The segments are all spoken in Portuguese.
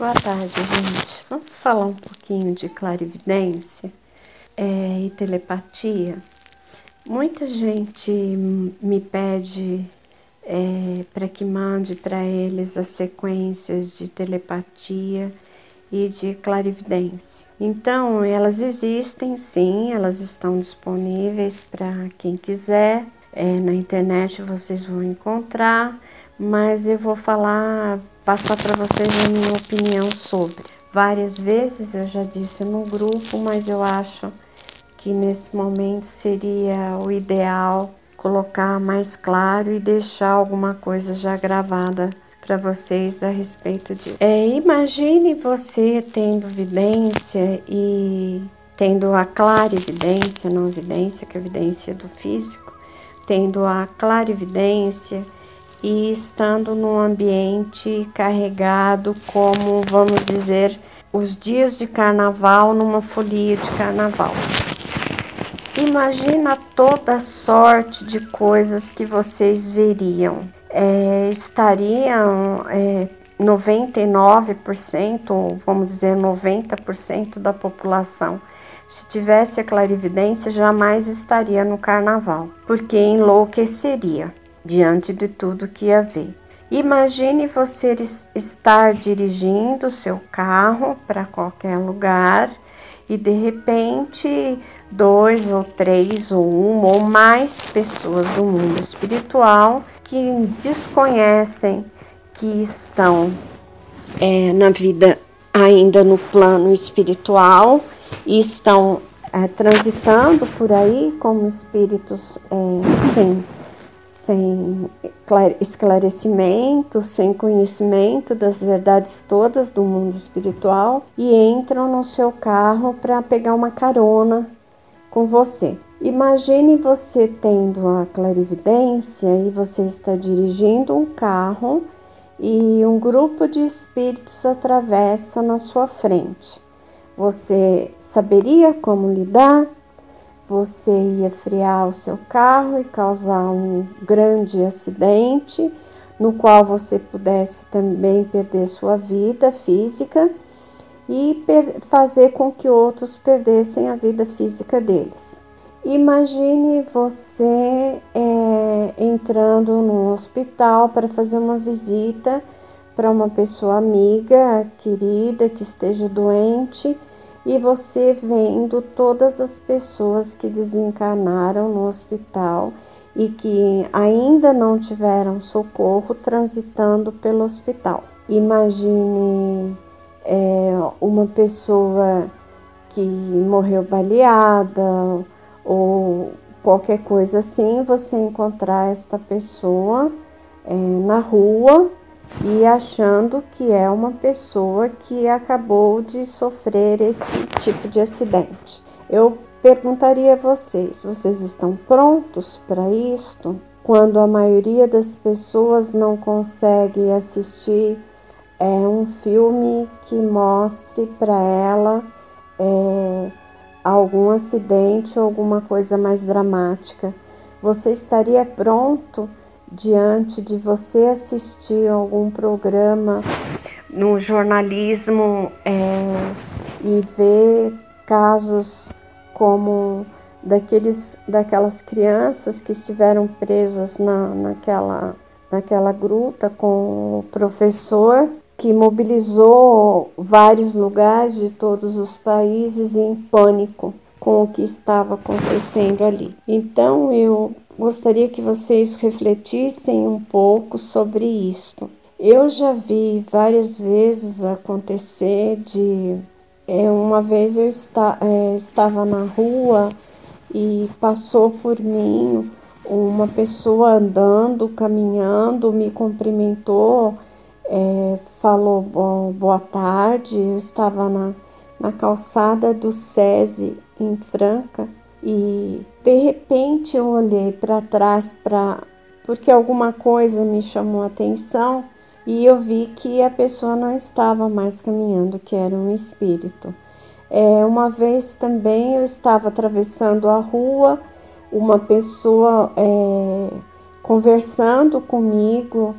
Boa tarde, gente. Vamos falar um pouquinho de clarividência e telepatia. Muita gente me pede para que mande para eles as sequências de telepatia e de clarividência. Então, elas existem, sim, elas estão disponíveis para quem quiser. Na internet vocês vão encontrar, mas eu vou passar para vocês a minha opinião sobre. Várias vezes eu já disse no grupo, mas eu acho que nesse momento seria o ideal colocar mais claro e deixar alguma coisa já gravada para vocês a respeito disso. Imagine você tendo vidência e tendo a clarividência, não vidência, que é a evidência do físico, tendo a clarividência e estando num ambiente carregado, como vamos dizer, os dias de carnaval numa folia de carnaval. Imagina toda sorte de coisas que vocês veriam. Estariam 99%, ou vamos dizer 90% da população. Se tivesse a clarividência, jamais estaria no carnaval, porque enlouqueceria diante de tudo que ia ver. Imagine você estar dirigindo seu carro para qualquer lugar e de repente 2 ou 3 ou 1 ou mais pessoas do mundo espiritual que desconhecem que estão na vida ainda no plano espiritual e estão transitando por aí como espíritos sem esclarecimento, sem conhecimento das verdades todas do mundo espiritual e entram no seu carro para pegar uma carona com você. Imagine você tendo a clarividência e você está dirigindo um carro e um grupo de espíritos atravessa na sua frente. Você saberia como lidar? Você ia frear o seu carro e causar um grande acidente, no qual você pudesse também perder sua vida física e fazer com que outros perdessem a vida física deles. Imagine você entrando num hospital para fazer uma visita para uma pessoa amiga, querida, que esteja doente, e você vendo todas as pessoas que desencarnaram no hospital e que ainda não tiveram socorro transitando pelo hospital. Imagine uma pessoa que morreu baleada ou qualquer coisa assim, você encontrar esta pessoa na rua e achando que é uma pessoa que acabou de sofrer esse tipo de acidente. Eu perguntaria a vocês estão prontos para isto? Quando a maioria das pessoas não consegue assistir um filme que mostre para ela algum acidente ou alguma coisa mais dramática, você estaria pronto diante de você assistir algum programa no jornalismo e ver casos como daquelas crianças que estiveram presas naquela gruta com o professor que mobilizou vários lugares de todos os países em pânico com o que estava acontecendo ali. Então eu gostaria que vocês refletissem um pouco sobre isto. Eu já vi várias vezes acontecer uma vez eu estava na rua e passou por mim uma pessoa andando, caminhando, me cumprimentou, falou boa tarde. Eu estava na calçada do SESI em Franca e de repente eu olhei para trás porque alguma coisa me chamou a atenção e eu vi que a pessoa não estava mais caminhando, que era um espírito. Uma vez também eu estava atravessando a rua, uma pessoa conversando comigo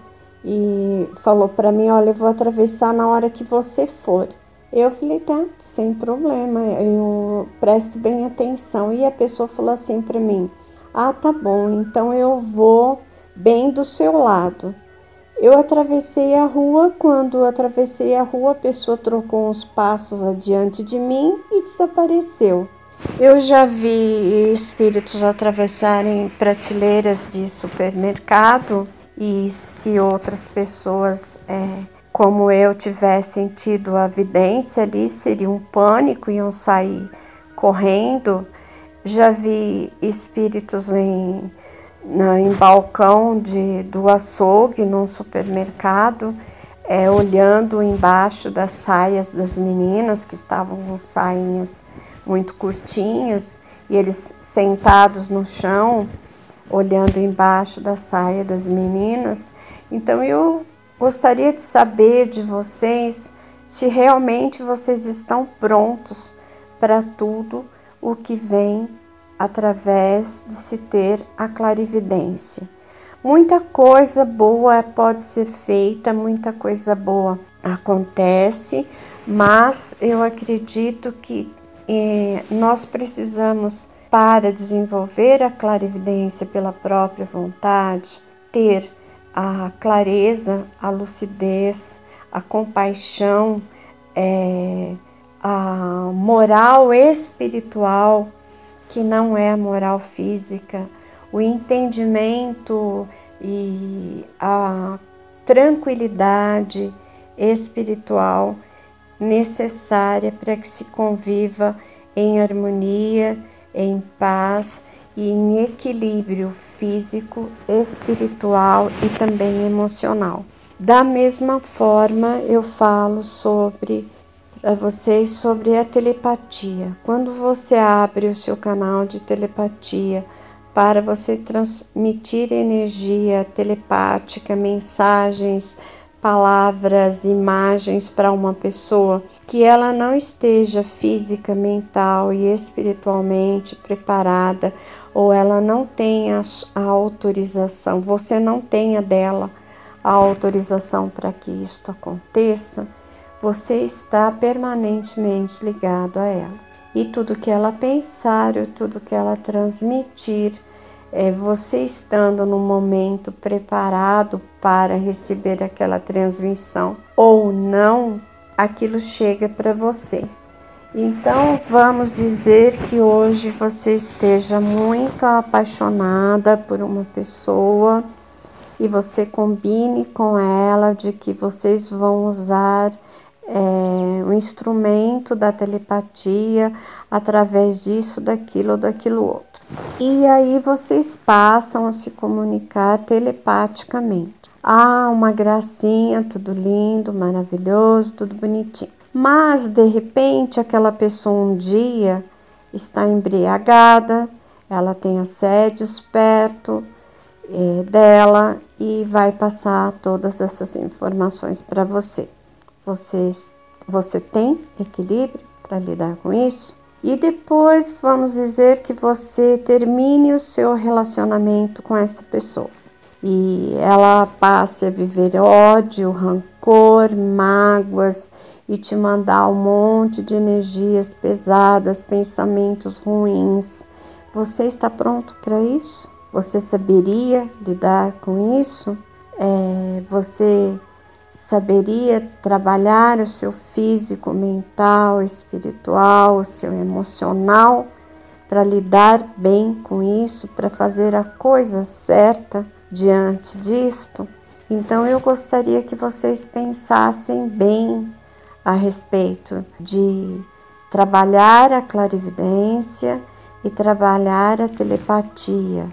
e falou para mim, olha, eu vou atravessar na hora que você for. Eu falei, tá, sem problema, eu presto bem atenção. E a pessoa falou assim para mim, ah, tá bom, então eu vou bem do seu lado. Eu atravessei a rua, quando atravessei a rua, a pessoa trocou uns passos adiante de mim e desapareceu. Eu já vi espíritos atravessarem prateleiras de supermercado e se outras pessoas, como eu, tivessem tido a vidência ali, seria um pânico, iam sair correndo. Já vi espíritos em balcão do açougue, num supermercado, olhando embaixo das saias das meninas que estavam com sainhas muito curtinhas e eles sentados no chão, olhando embaixo da saia das meninas. Então eu gostaria de saber de vocês se realmente vocês estão prontos para tudo o que vem através de se ter a clarividência. Muita coisa boa pode ser feita, muita coisa boa acontece, mas eu acredito que nós precisamos, para desenvolver a clarividência pela própria vontade, ter a clareza, a lucidez, a compaixão, a moral espiritual, que não é a moral física, o entendimento e a tranquilidade espiritual necessária para que se conviva em harmonia, em paz e em equilíbrio físico, espiritual e também emocional. Da mesma forma, eu falo para vocês sobre a telepatia. Quando você abre o seu canal de telepatia para você transmitir energia telepática, mensagens, palavras, imagens para uma pessoa que ela não esteja física, mental e espiritualmente preparada, ou ela não tenha a autorização, você não tenha dela a autorização para que isto aconteça, você está permanentemente ligado a ela. E tudo que ela pensar, tudo que ela transmitir, você estando no momento preparado para receber aquela transmissão ou não, aquilo chega para você. Então vamos dizer que hoje você esteja muito apaixonada por uma pessoa e você combine com ela de que vocês vão usar um instrumento da telepatia através disso, daquilo ou daquilo outro. E aí vocês passam a se comunicar telepaticamente. Ah, uma gracinha, tudo lindo, maravilhoso, tudo bonitinho. Mas, de repente, aquela pessoa um dia está embriagada, ela tem assédios perto dela e vai passar todas essas informações para você. Você tem equilíbrio para lidar com isso? E depois vamos dizer que você termine o seu relacionamento com essa pessoa e ela passe a viver ódio, rancor, mágoas e te mandar um monte de energias pesadas, pensamentos ruins. Você está pronto para isso? Você saberia lidar com isso? Você saberia trabalhar o seu físico, mental, espiritual, o seu emocional para lidar bem com isso, para fazer a coisa certa diante disto? Então eu gostaria que vocês pensassem bem a respeito de trabalhar a clarividência e trabalhar a telepatia.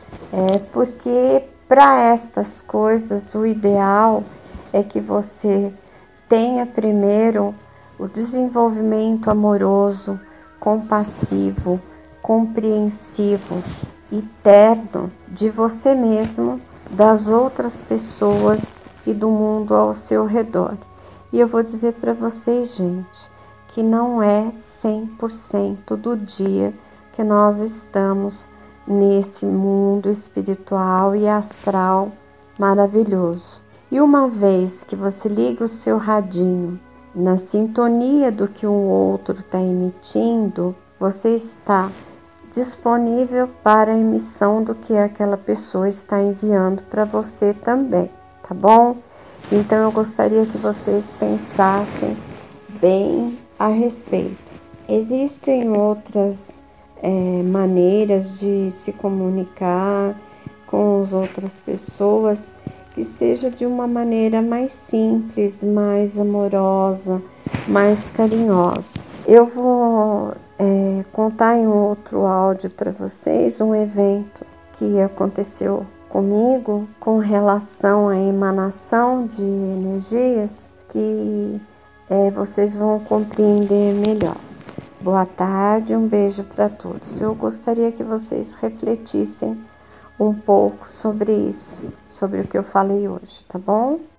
Porque para estas coisas o ideal é que você tenha primeiro o desenvolvimento amoroso, compassivo, compreensivo e terno de você mesmo, das outras pessoas e do mundo ao seu redor. E eu vou dizer para vocês, gente, que não é 100% do dia que nós estamos nesse mundo espiritual e astral maravilhoso. E uma vez que você liga o seu radinho na sintonia do que um outro está emitindo, você está disponível para a emissão do que aquela pessoa está enviando para você também, tá bom? Então eu gostaria que vocês pensassem bem a respeito. Existem outras maneiras de se comunicar com as outras pessoas que seja de uma maneira mais simples, mais amorosa, mais carinhosa. Eu vou contar em outro áudio para vocês um evento que aconteceu comigo com relação à emanação de energias que vocês vão compreender melhor. Boa tarde, um beijo para todos. Eu gostaria que vocês refletissem um pouco sobre isso, sobre o que eu falei hoje, tá bom?